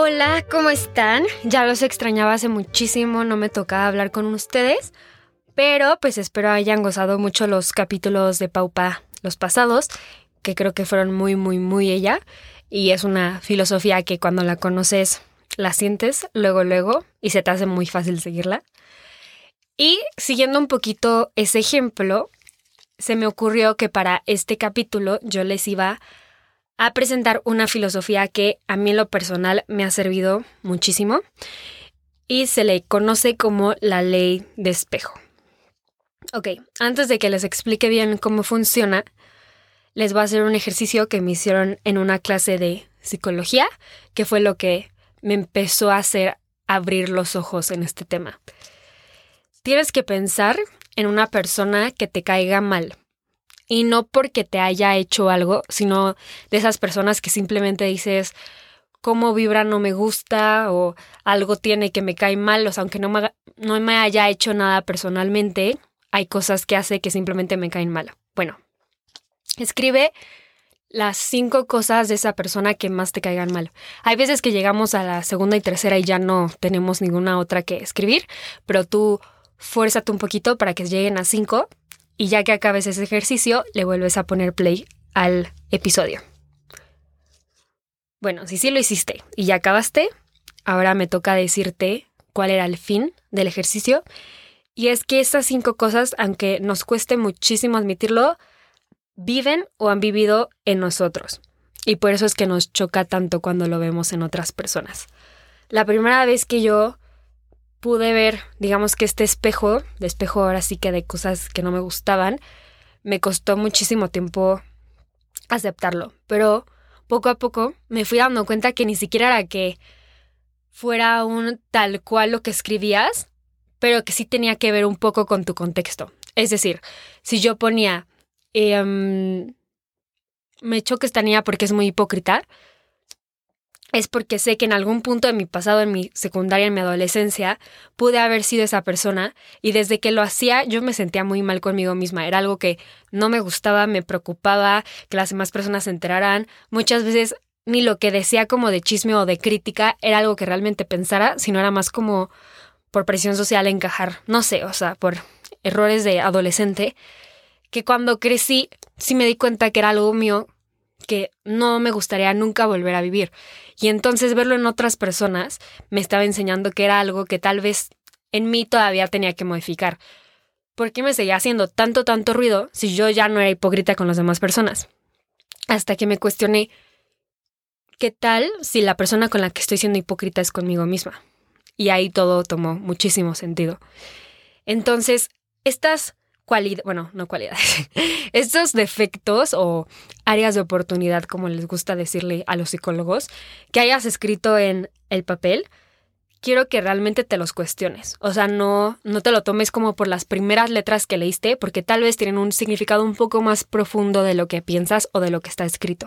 Hola, ¿cómo están? Ya los extrañaba hace muchísimo, no me tocaba hablar con ustedes, pero pues espero hayan gozado mucho los capítulos de Paupa, los pasados, que creo que fueron muy ella, y es una filosofía que cuando la conoces la sientes luego, y se te hace muy fácil seguirla. Y siguiendo un poquito ese ejemplo, se me ocurrió que para este capítulo yo les iba a presentar una filosofía que a mí en lo personal me ha servido muchísimo y se le conoce como la ley de espejo. Ok, antes de que les explique bien cómo funciona, les voy a hacer un ejercicio que me hicieron en una clase de psicología, que fue lo que me empezó a hacer abrir los ojos en este tema. Tienes que pensar en una persona que te caiga mal. Y no porque te haya hecho algo, sino de esas personas que simplemente dices, cómo vibra no me gusta o algo tiene que me cae mal. O sea, aunque no me haya hecho nada personalmente, hay cosas que hace que simplemente me caen mal. Bueno, escribe las 5 cosas de esa persona que más te caigan mal. Hay veces que llegamos a la segunda y tercera y ya no tenemos ninguna otra que escribir, pero tú fuérzate un poquito para que lleguen a 5. Y ya que acabes ese ejercicio, le vuelves a poner play al episodio. Bueno, si sí lo hiciste y ya acabaste, ahora me toca decirte cuál era el fin del ejercicio. Y es que estas 5 cosas, aunque nos cueste muchísimo admitirlo, viven o han vivido en nosotros. Y por eso es que nos choca tanto cuando lo vemos en otras personas. La primera vez que yo pude ver, digamos que este espejo ahora sí que de cosas que no me gustaban, me costó muchísimo tiempo aceptarlo, pero poco a poco me fui dando cuenta que ni siquiera era que fuera un tal cual lo que escribías, pero que sí tenía que ver un poco con tu contexto. Es decir, si yo ponía me choca esta niña porque es muy hipócrita, es porque sé que en algún punto de mi pasado, en mi secundaria, en mi adolescencia, pude haber sido esa persona y desde que lo hacía yo me sentía muy mal conmigo misma. Era algo que no me gustaba, me preocupaba que las demás personas se enteraran. Muchas veces ni lo que decía como de chisme o de crítica era algo que realmente pensara, sino era más como por presión social encajar. No sé, o sea, por errores de adolescente, que cuando crecí sí me di cuenta que era algo mío que no me gustaría nunca volver a vivir. Y entonces verlo en otras personas me estaba enseñando que era algo que tal vez en mí todavía tenía que modificar. ¿Por qué me seguía haciendo tanto ruido si yo ya no era hipócrita con las demás personas? Hasta que me cuestioné, ¿qué tal si la persona con la que estoy siendo hipócrita es conmigo misma? Y ahí todo tomó muchísimo sentido. Entonces, estos defectos o áreas de oportunidad, como les gusta decirle a los psicólogos, que hayas escrito en el papel, quiero que realmente te los cuestiones. O sea, no te lo tomes como por las primeras letras que leíste, porque tal vez tienen un significado un poco más profundo de lo que piensas o de lo que está escrito.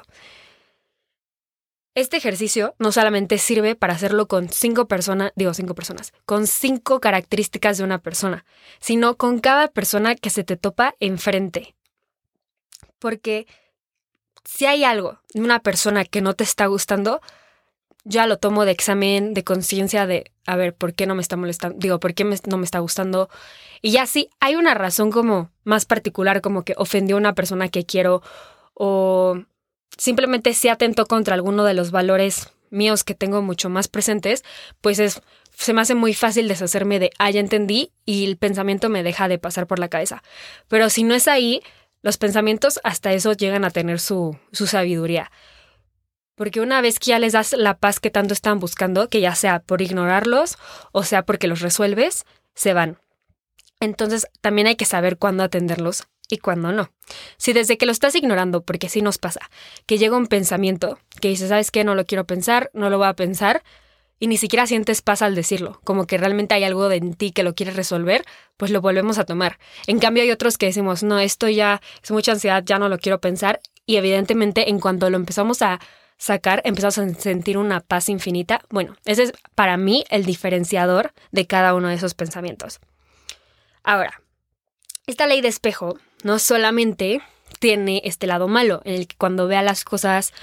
Este ejercicio no solamente sirve para hacerlo con 5 personas, con 5 características de una persona, sino con cada persona que se te topa enfrente. Porque si hay algo de una persona que no te está gustando, ya lo tomo de examen de conciencia de, a ver, ¿por qué no me está molestando? ¿Por qué no me está gustando? Y ya sí, hay una razón como más particular, como que ofendió a una persona que quiero o simplemente si atento contra alguno de los valores míos que tengo mucho más presentes, pues se me hace muy fácil deshacerme de, ya entendí, y el pensamiento me deja de pasar por la cabeza. Pero si no es ahí, los pensamientos hasta eso llegan a tener su sabiduría. Porque una vez que ya les das la paz que tanto están buscando, que ya sea por ignorarlos o sea porque los resuelves, se van. Entonces también hay que saber cuándo atenderlos y cuándo no. Si desde que lo estás ignorando, porque sí nos pasa, que llega un pensamiento que dices, ¿sabes qué? No lo quiero pensar, no lo voy a pensar, y ni siquiera sientes paz al decirlo, como que realmente hay algo en ti que lo quieres resolver, pues lo volvemos a tomar. En cambio hay otros que decimos, no, esto ya es mucha ansiedad, ya no lo quiero pensar, y evidentemente en cuanto lo empezamos a sacar, empezamos a sentir una paz infinita. Bueno, ese es para mí el diferenciador de cada uno de esos pensamientos. Ahora, esta ley de espejo no solamente tiene este lado malo, en el que cuando vea las cosas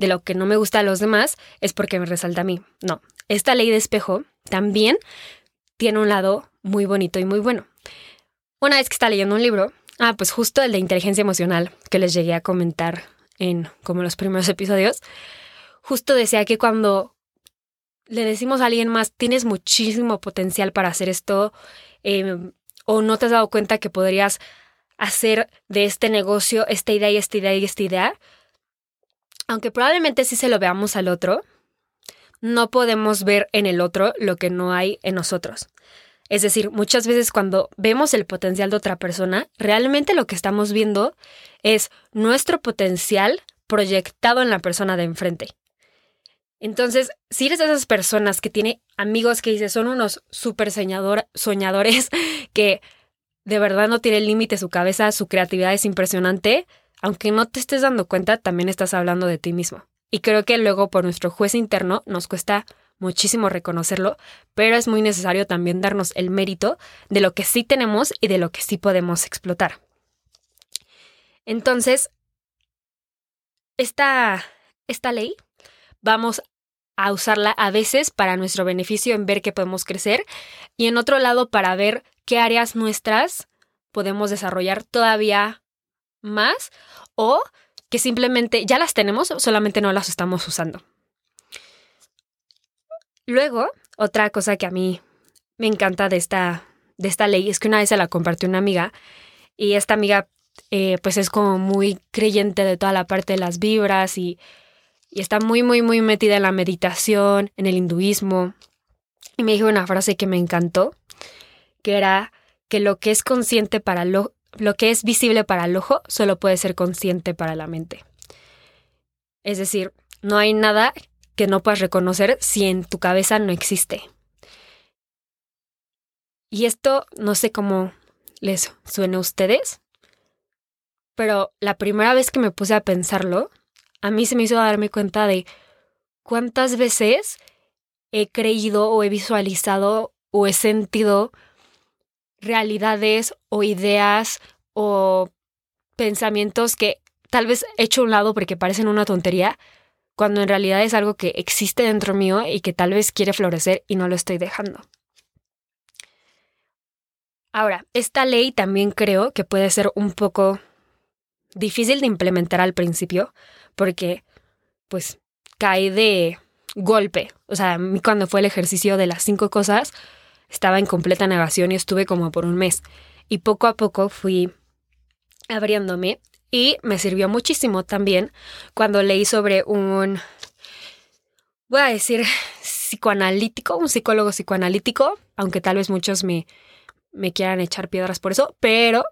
de lo que no me gusta a los demás es porque me resalta a mí. No, esta ley de espejo también tiene un lado muy bonito y muy bueno. Una vez que está leyendo un libro, pues justo el de inteligencia emocional que les llegué a comentar en como los primeros episodios, justo decía que cuando le decimos a alguien más, tienes muchísimo potencial para hacer esto, o no te has dado cuenta que podrías hacer de este negocio esta idea y esta idea y esta idea, aunque probablemente sí se lo veamos al otro, no podemos ver en el otro lo que no hay en nosotros. Es decir, muchas veces cuando vemos el potencial de otra persona, realmente lo que estamos viendo es nuestro potencial proyectado en la persona de enfrente. Entonces, si eres de esas personas que tiene amigos que dices son unos súper soñadores que de verdad no tienen límite su cabeza, su creatividad es impresionante, aunque no te estés dando cuenta, también estás hablando de ti mismo. Y creo que luego por nuestro juez interno nos cuesta muchísimo reconocerlo, pero es muy necesario también darnos el mérito de lo que sí tenemos y de lo que sí podemos explotar. Entonces, esta ley vamos a usarla a veces para nuestro beneficio en ver que podemos crecer y en otro lado para ver qué áreas nuestras podemos desarrollar todavía más o que simplemente ya las tenemos, solamente no las estamos usando. Luego, otra cosa que a mí me encanta de esta ley es que una vez se la compartió una amiga y esta amiga pues es como muy creyente de toda la parte de las vibras y está muy, muy, muy metida en la meditación, en el hinduismo. Y me dijo una frase que me encantó, que era que lo que es consciente para lo que es visible para el ojo solo puede ser consciente para la mente. Es decir, no hay nada que no puedas reconocer si en tu cabeza no existe. Y esto no sé cómo les suena a ustedes, pero la primera vez que me puse a pensarlo, a mí se me hizo darme cuenta de cuántas veces he creído o he visualizado o he sentido realidades o ideas o pensamientos que tal vez he hecho a un lado porque parecen una tontería, cuando en realidad es algo que existe dentro mío y que tal vez quiere florecer y no lo estoy dejando. Ahora, esta ley también creo que puede ser un poco difícil de implementar al principio porque, pues, cae de golpe. O sea, a mí cuando fue el ejercicio de las 5 cosas, estaba en completa negación y estuve como por un mes. Y poco a poco fui abriéndome y me sirvió muchísimo también cuando leí sobre voy a decir, un psicólogo psicoanalítico, aunque tal vez muchos me quieran echar piedras por eso, pero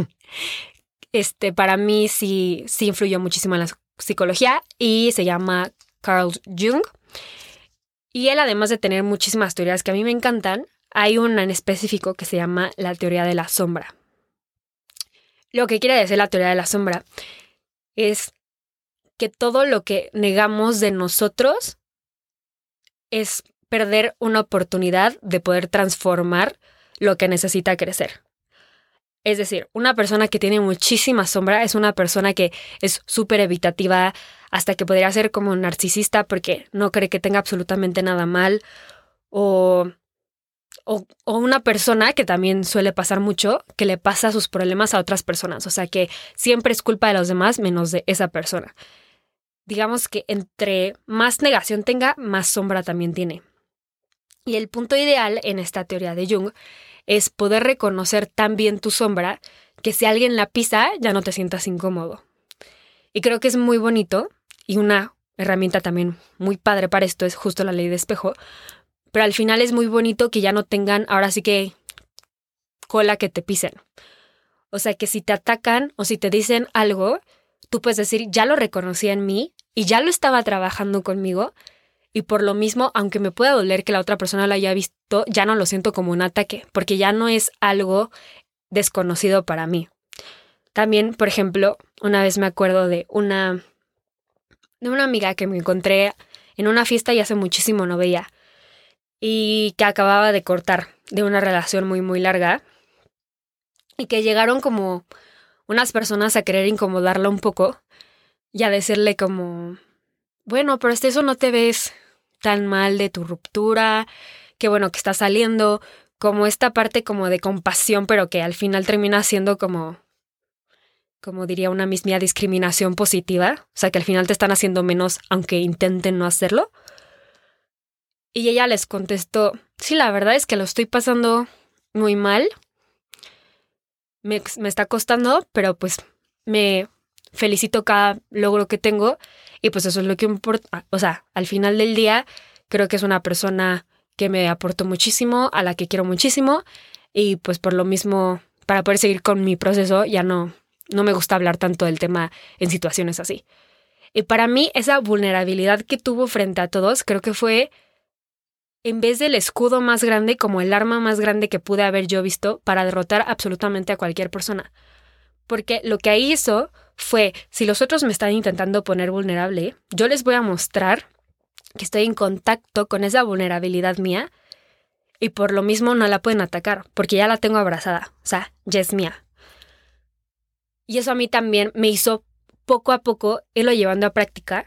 para mí sí influyó muchísimo en la psicología y se llama Carl Jung. Y él, además de tener muchísimas teorías que a mí me encantan, hay una en específico que se llama la teoría de la sombra. Lo que quiere decir la teoría de la sombra es que todo lo que negamos de nosotros es perder una oportunidad de poder transformar lo que necesita crecer. Es decir, una persona que tiene muchísima sombra es una persona que es súper evitativa, hasta que podría ser como narcisista porque no cree que tenga absolutamente nada mal, o una persona que también suele pasar mucho, que le pasa sus problemas a otras personas, o sea que siempre es culpa de los demás menos de esa persona. Digamos que entre más negación tenga, más sombra también tiene. Y el punto ideal en esta teoría de Jung es poder reconocer tan bien tu sombra que si alguien la pisa ya no te sientas incómodo. Y creo que es muy bonito y una herramienta también muy padre para esto es justo la ley de espejo, pero al final es muy bonito que ya no tengan ahora sí que cola que te pisen. O sea que si te atacan o si te dicen algo, tú puedes decir, ya lo reconocí en mí y ya lo estaba trabajando conmigo. Y por lo mismo, aunque me pueda doler que la otra persona lo haya visto, ya no lo siento como un ataque, porque ya no es algo desconocido para mí. También, por ejemplo, una vez me acuerdo de una amiga que me encontré en una fiesta y hace muchísimo no veía, y que acababa de cortar de una relación muy, muy larga, y que llegaron como unas personas a querer incomodarla un poco y a decirle como, bueno, pero hasta eso no te ves tan mal de tu ruptura, qué bueno que estás saliendo, como esta parte como de compasión, pero que al final termina siendo como diría una misma discriminación positiva, o sea que al final te están haciendo menos aunque intenten no hacerlo. Y ella les contestó, sí, la verdad es que lo estoy pasando muy mal, me está costando, pero pues me felicito cada logro que tengo y pues eso es lo que importa. O sea, al final del día creo que es una persona que me aportó muchísimo, a la que quiero muchísimo y pues por lo mismo, para poder seguir con mi proceso, ya no me gusta hablar tanto del tema en situaciones así. Y para mí esa vulnerabilidad que tuvo frente a todos creo que fue, en vez del escudo más grande, como el arma más grande que pude haber yo visto para derrotar absolutamente a cualquier persona. Porque lo que ahí hizo fue, si los otros me están intentando poner vulnerable, yo les voy a mostrar que estoy en contacto con esa vulnerabilidad mía y por lo mismo no la pueden atacar, porque ya la tengo abrazada, o sea, ya es mía. Y eso a mí también me hizo poco a poco irlo llevando a práctica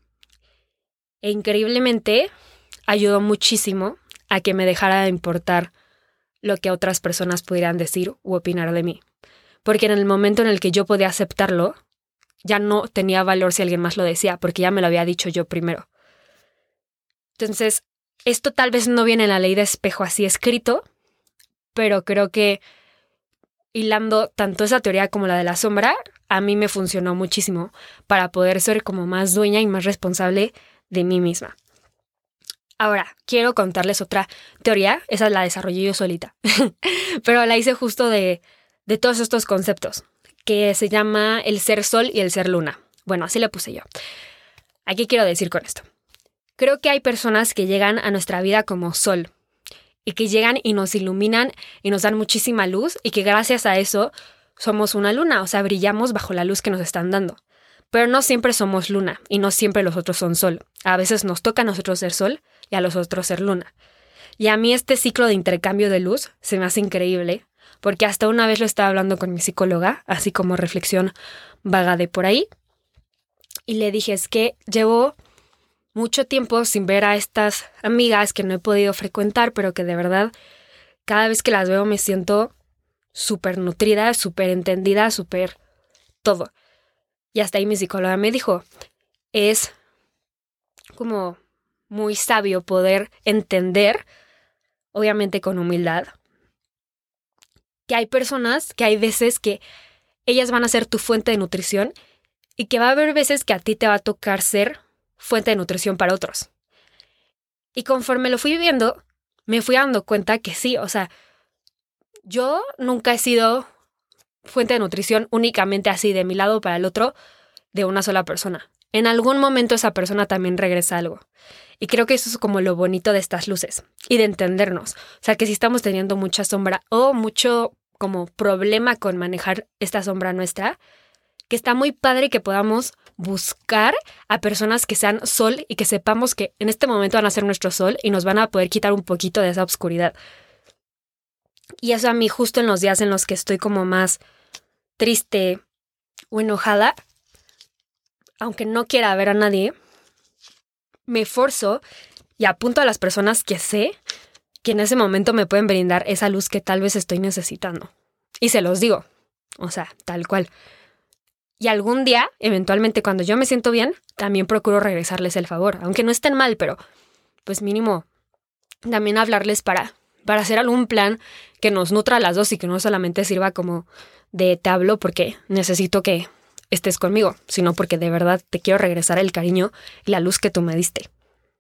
e increíblemente ayudó muchísimo a que me dejara de importar lo que otras personas pudieran decir u opinar de mí. Porque en el momento en el que yo podía aceptarlo, ya no tenía valor si alguien más lo decía, porque ya me lo había dicho yo primero. Entonces, esto tal vez no viene en la ley de espejo así escrito, pero creo que hilando tanto esa teoría como la de la sombra, a mí me funcionó muchísimo para poder ser como más dueña y más responsable de mí misma. Ahora, quiero contarles otra teoría, esa la desarrollé yo solita, pero la hice justo de todos estos conceptos, que se llama el ser sol y el ser luna. Bueno, así le puse yo. ¿A qué quiero decir con esto? Creo que hay personas que llegan a nuestra vida como sol y que llegan y nos iluminan y nos dan muchísima luz y que gracias a eso somos una luna, o sea, brillamos bajo la luz que nos están dando. Pero no siempre somos luna y no siempre los otros son sol. A veces nos toca a nosotros ser sol y a los otros ser luna. Y a mí este ciclo de intercambio de luz se me hace increíble porque hasta una vez lo estaba hablando con mi psicóloga, así como reflexión vaga de por ahí. Y le dije, es que llevo mucho tiempo sin ver a estas amigas que no he podido frecuentar, pero que de verdad cada vez que las veo me siento súper nutrida, súper entendida, súper todo. Y hasta ahí mi psicóloga me dijo, es como muy sabio poder entender, obviamente con humildad, que hay personas, que hay veces que ellas van a ser tu fuente de nutrición y que va a haber veces que a ti te va a tocar ser fuente de nutrición para otros. Y conforme lo fui viviendo, me fui dando cuenta que sí, o sea, yo nunca he sido fuente de nutrición únicamente así de mi lado para el otro de una sola persona. En algún momento esa persona también regresa algo. Y creo que eso es como lo bonito de estas luces y de entendernos. O sea, que si estamos teniendo mucha sombra o mucho como problema con manejar esta sombra nuestra, que está muy padre que podamos buscar a personas que sean sol y que sepamos que en este momento van a ser nuestro sol y nos van a poder quitar un poquito de esa oscuridad. Y eso a mí justo en los días en los que estoy como más triste o enojada, aunque no quiera ver a nadie, me esforzo y apunto a las personas que sé que en ese momento me pueden brindar esa luz que tal vez estoy necesitando. Y se los digo, o sea, tal cual. Y algún día, eventualmente cuando yo me siento bien, también procuro regresarles el favor, aunque no estén mal, pero pues mínimo también hablarles para hacer algún plan que nos nutra a las dos y que no solamente sirva como de te hablo porque necesito que estés conmigo, sino porque de verdad te quiero regresar el cariño y la luz que tú me diste.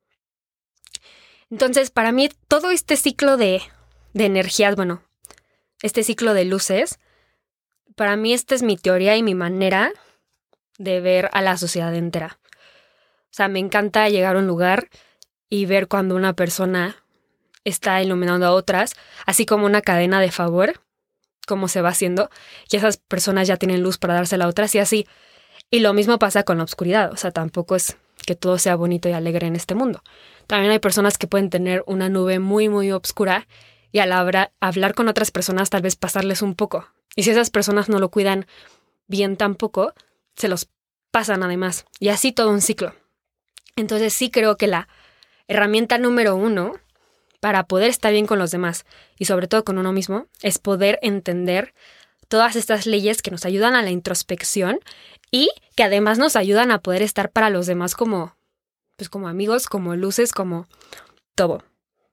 Entonces, para mí, todo este ciclo de energías, bueno, este ciclo de luces, para mí esta es mi teoría y mi manera de ver a la sociedad entera. O sea, me encanta llegar a un lugar y ver cuando una persona está iluminando a otras, así como una cadena de favor, cómo se va haciendo, y esas personas ya tienen luz para dársela a otras y así. Y lo mismo pasa con la oscuridad, o sea, tampoco es que todo sea bonito y alegre en este mundo. También hay personas que pueden tener una nube muy, muy oscura y al hablar con otras personas tal vez pasarles un poco. Y si esas personas no lo cuidan bien tampoco, se los pasan además. Y así todo un ciclo. Entonces sí creo que la herramienta número 1 para poder estar bien con los demás y sobre todo con uno mismo es poder entender todas estas leyes que nos ayudan a la introspección y que además nos ayudan a poder estar para los demás como amigos, como luces, como todo.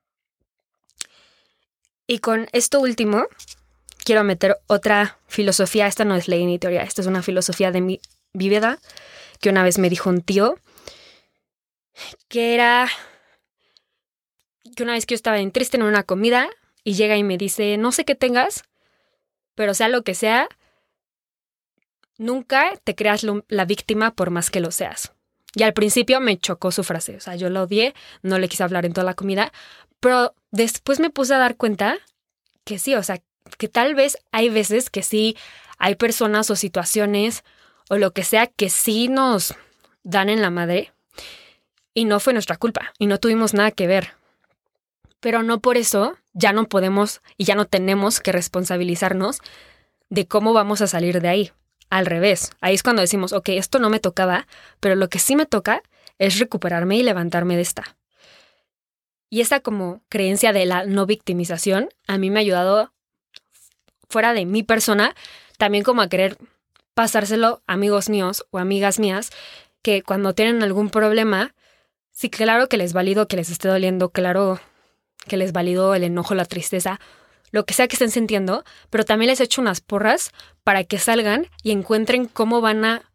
Y con esto último, quiero meter otra filosofía. Esta no es ley ni teoría, esta es una filosofía de mi vida que una vez me dijo un tío, que era que una vez que yo estaba bien triste en una comida y llega y me dice, no sé qué tengas, pero sea lo que sea, nunca te creas la víctima por más que lo seas. Y al principio me chocó su frase, o sea, yo lo odié, no le quise hablar en toda la comida, pero después me puse a dar cuenta que sí, o sea, que tal vez hay veces que sí hay personas o situaciones o lo que sea que sí nos dan en la madre y no fue nuestra culpa y no tuvimos nada que ver. Pero no por eso ya no podemos y ya no tenemos que responsabilizarnos de cómo vamos a salir de ahí. Al revés, ahí es cuando decimos, ok, esto no me tocaba, pero lo que sí me toca es recuperarme y levantarme de esta. Y esa como creencia de la no victimización a mí me ha ayudado fuera de mi persona, también como a querer pasárselo a amigos míos o amigas mías que cuando tienen algún problema, sí, claro que les valido que les esté doliendo, claro que les valido el enojo, la tristeza, lo que sea que estén sintiendo, pero también les echo unas porras para que salgan y encuentren cómo van a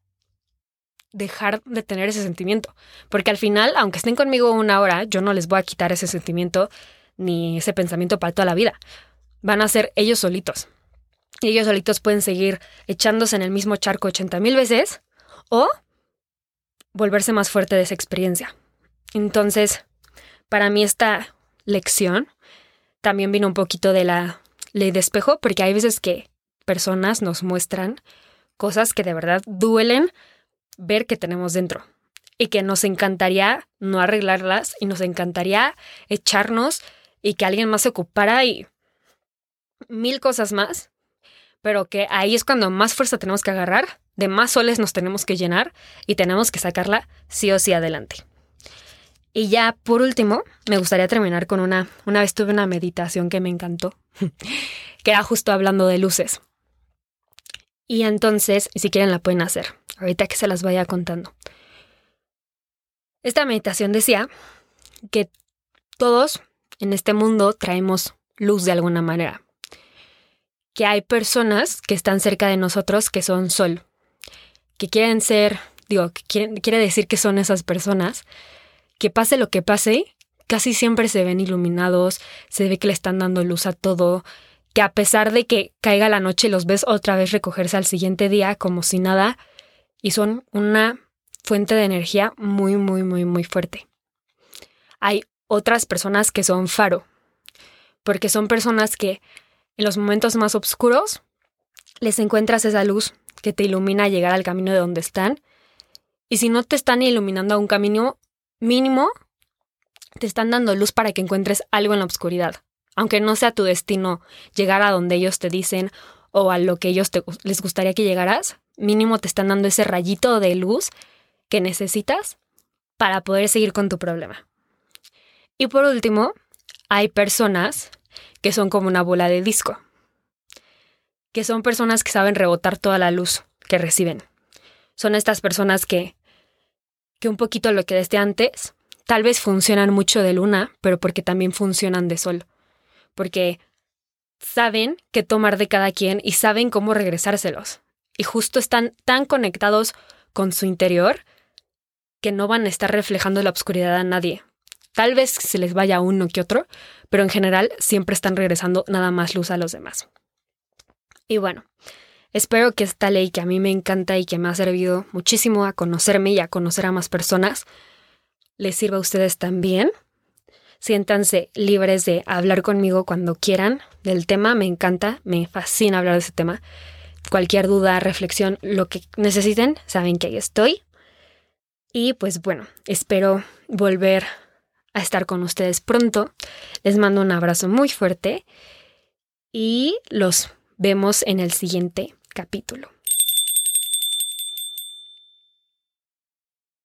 dejar de tener ese sentimiento. Porque al final, aunque estén conmigo una hora, yo no les voy a quitar ese sentimiento ni ese pensamiento para toda la vida. Van a ser ellos solitos. Y ellos solitos pueden seguir echándose en el mismo charco 80,000 veces o volverse más fuerte de esa experiencia. Entonces, para mí esta lección también vino un poquito de la ley de espejo, porque hay veces que personas nos muestran cosas que de verdad duelen ver que tenemos dentro y que nos encantaría no arreglarlas y nos encantaría echarnos y que alguien más se ocupara y 1000 cosas más, pero que ahí es cuando más fuerza tenemos que agarrar, de más soles nos tenemos que llenar y tenemos que sacarla sí o sí adelante. Y ya por último, me gustaría terminar con una vez tuve una meditación que me encantó, que era justo hablando de luces. Y entonces, si quieren la pueden hacer, ahorita que se las vaya contando. Esta meditación decía que todos en este mundo traemos luz de alguna manera. Que hay personas que están cerca de nosotros que son sol, que quieren ser, quiere decir que son esas personas que pase lo que pase, casi siempre se ven iluminados, se ve que le están dando luz a todo, que a pesar de que caiga la noche los ves otra vez recogerse al siguiente día como si nada, y son una fuente de energía muy, muy, muy, muy fuerte. Hay otras personas que son faro, porque son personas que en los momentos más oscuros les encuentras esa luz que te ilumina a llegar al camino de donde están, y si no te están iluminando a un camino mínimo, te están dando luz para que encuentres algo en la oscuridad. Aunque no sea tu destino llegar a donde ellos te dicen o a lo que ellos les gustaría que llegaras, mínimo te están dando ese rayito de luz que necesitas para poder seguir con tu problema. Y por último, hay personas que son como una bola de disco, que son personas que saben rebotar toda la luz que reciben. Son estas personas que un poquito lo que desde antes, tal vez funcionan mucho de luna, pero porque también funcionan de sol. Porque saben qué tomar de cada quien y saben cómo regresárselos. Y justo están tan conectados con su interior que no van a estar reflejando la oscuridad a nadie. Tal vez se les vaya uno que otro, pero en general siempre están regresando nada más luz a los demás. Y bueno, espero que esta ley que a mí me encanta y que me ha servido muchísimo a conocerme y a conocer a más personas, les sirva a ustedes también. Siéntanse libres de hablar conmigo cuando quieran del tema. Me encanta, me fascina hablar de ese tema. Cualquier duda, reflexión, lo que necesiten, saben que ahí estoy. Y pues bueno, espero volver a estar con ustedes pronto. Les mando un abrazo muy fuerte y los vemos en el siguiente capítulo.